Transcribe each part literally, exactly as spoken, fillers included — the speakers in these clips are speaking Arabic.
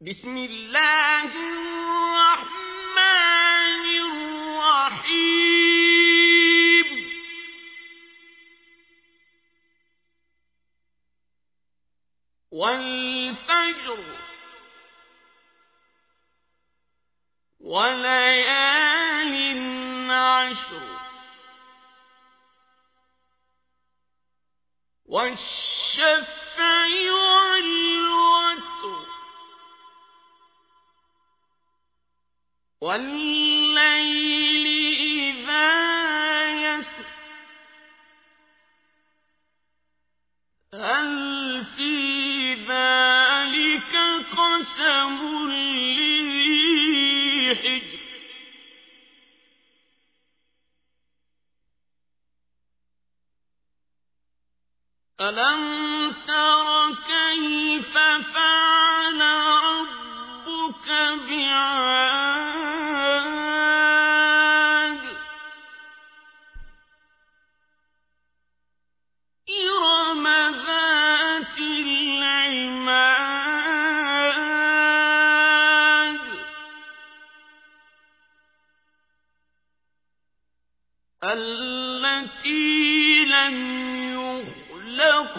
بسم الله الرحمن الرحيم والفجر وليال عشر والشفع والوتر والليل إذا يسر هل في ذلك قسم لذي حجر ألم تر كيف فعل ربك بعاد إرم ذات العماد التي لم يخلق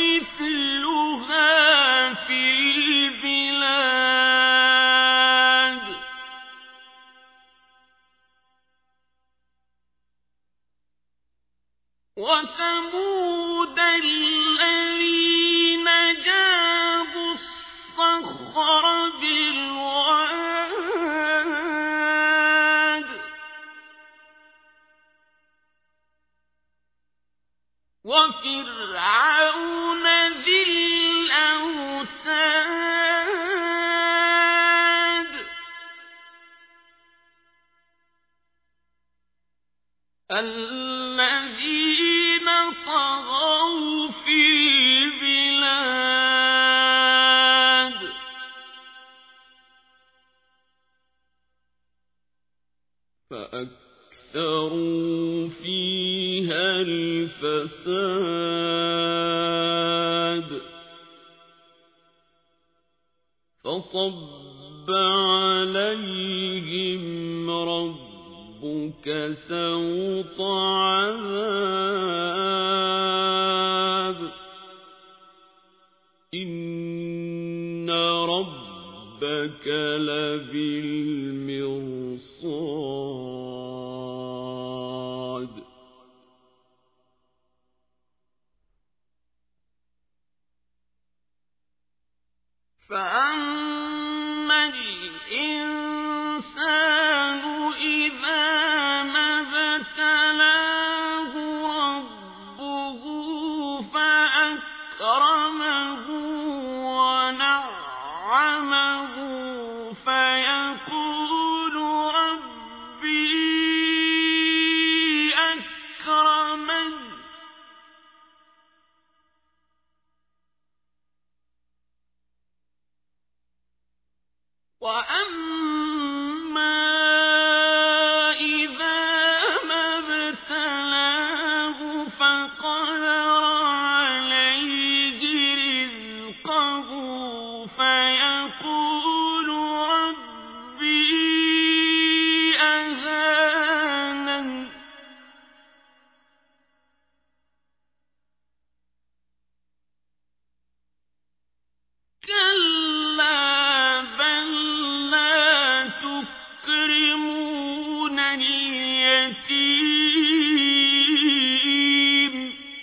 مثلها في البلاد وثمود الذين جابوا الصخر بالواد وفرعون ذي الأوتاد الذين طغوا في البلاد فأكثروا فيها الفساد فصب عليهم ربك سوط عذاب إن ربك لبالمرصاد فأما الإنسان إذا ما ابتلاه ربه فأكرمه ونعمه فيقول ربي أكرمن وأما إذا ما ابتلاه فقدر عليه رزقه فيقول ربي أهانن كلا تكرمون اليتيم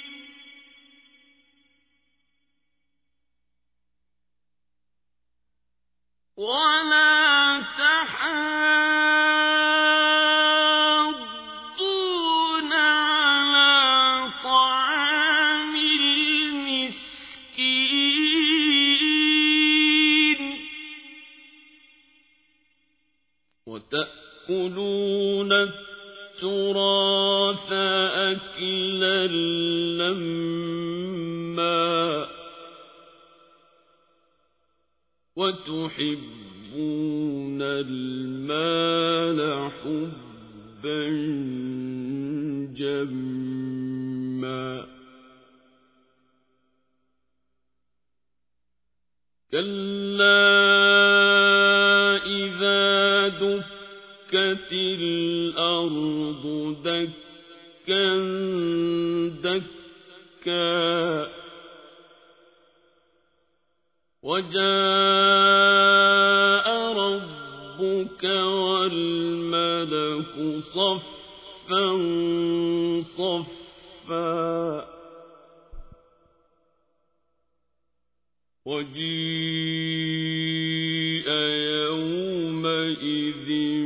ولا تحاضون على طعام المسكين وتأكلون التراث أكلا لما وتحبون المال حبا جما كلا وَأَزْلِفَتِ الْأَرْضُ دَكًّا دَكًّا وَجَاءَ رَبُّكَ وَالْمَلَكُ صَفًّا صَفًّا وَجِيءَ يَوْمَئِذٍ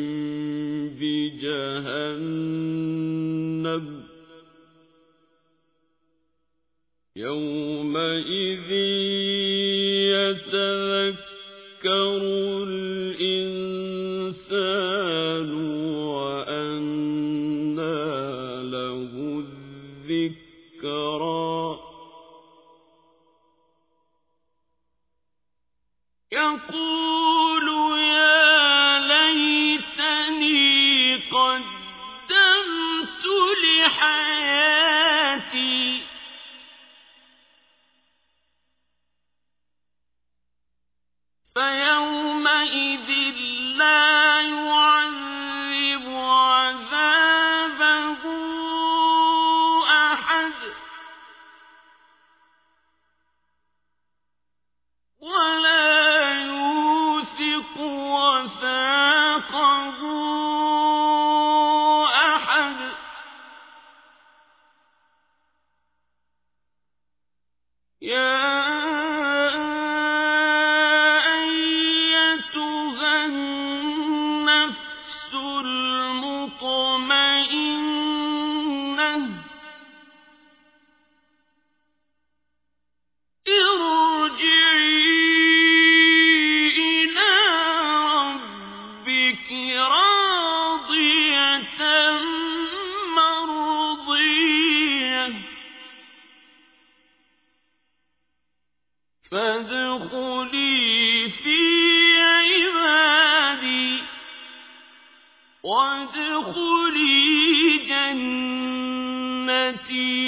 بِجَهَنَّمَ يَوْمَئِذٍ يَتَذَكَّرُ الْإِنسَانُ وَأَنَّىٰ لَهُ الذِّكْرَىٰ يَقُولُ يَا لَيْتَنِي قَدَّمْتُ لِحَيَاتِي فَيَوْمَئِذٍ لَّا يُعَذِّبُ عَذَابَهُ أَحَدٌ وَلَا يُوثِقُ وَثَاقَهُ أَحَدٌ يَا أَيَّتُهَا النَّفْسُ الْمُطْمَئِنَّةُ ارْجِعِي إِلَىٰ رَبِّكِ رَاضِيَةً مَّرْضِيَّةً فَادْخُلِي فِي عِبَادِي وَادْخُلِي جَنَّتِي